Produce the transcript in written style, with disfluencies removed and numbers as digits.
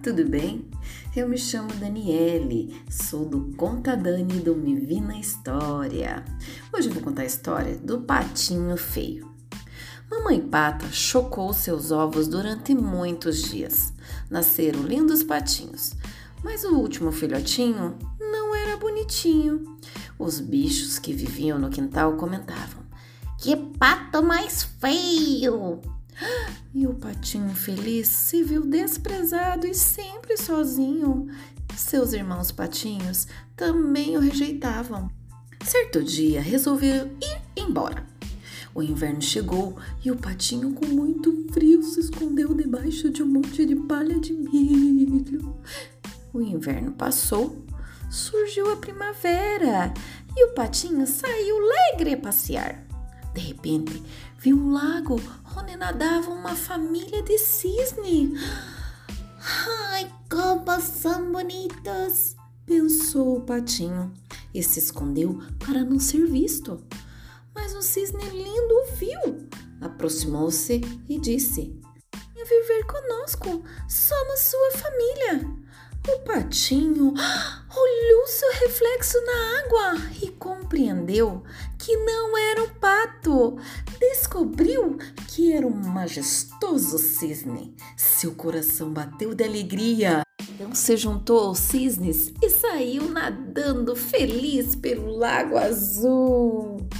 tudo bem? Eu me chamo Daniele, sou do Conta Dani do Me Vi na História. Hoje eu vou contar a história do patinho feio. Mamãe Pata chocou seus ovos durante muitos dias. Nasceram lindos patinhos, mas o último filhotinho não era bonitinho. Os bichos que viviam no quintal comentavam: "Que pato mais feio!" E o patinho feliz se viu desprezado e sempre sozinho. Seus irmãos patinhos também o rejeitavam. Certo dia resolveu ir embora. O inverno chegou e o patinho, com muito frio, se escondeu debaixo de um monte de palha de milho. O inverno passou, surgiu a primavera e o patinho saiu alegre a passear. De repente, viu um lago onde nadava uma família de cisne. "Ai, como são bonitos!" pensou o patinho e se escondeu para não ser visto. Mas um cisne lindo o viu, aproximou-se e disse: "Venha viver conosco, somos sua família." O patinho olhou seu reflexo na água e compreendeu que não era um pato. Descobriu que era um majestoso cisne. Seu coração bateu de alegria. Então se juntou aos cisnes e saiu nadando feliz pelo lago azul.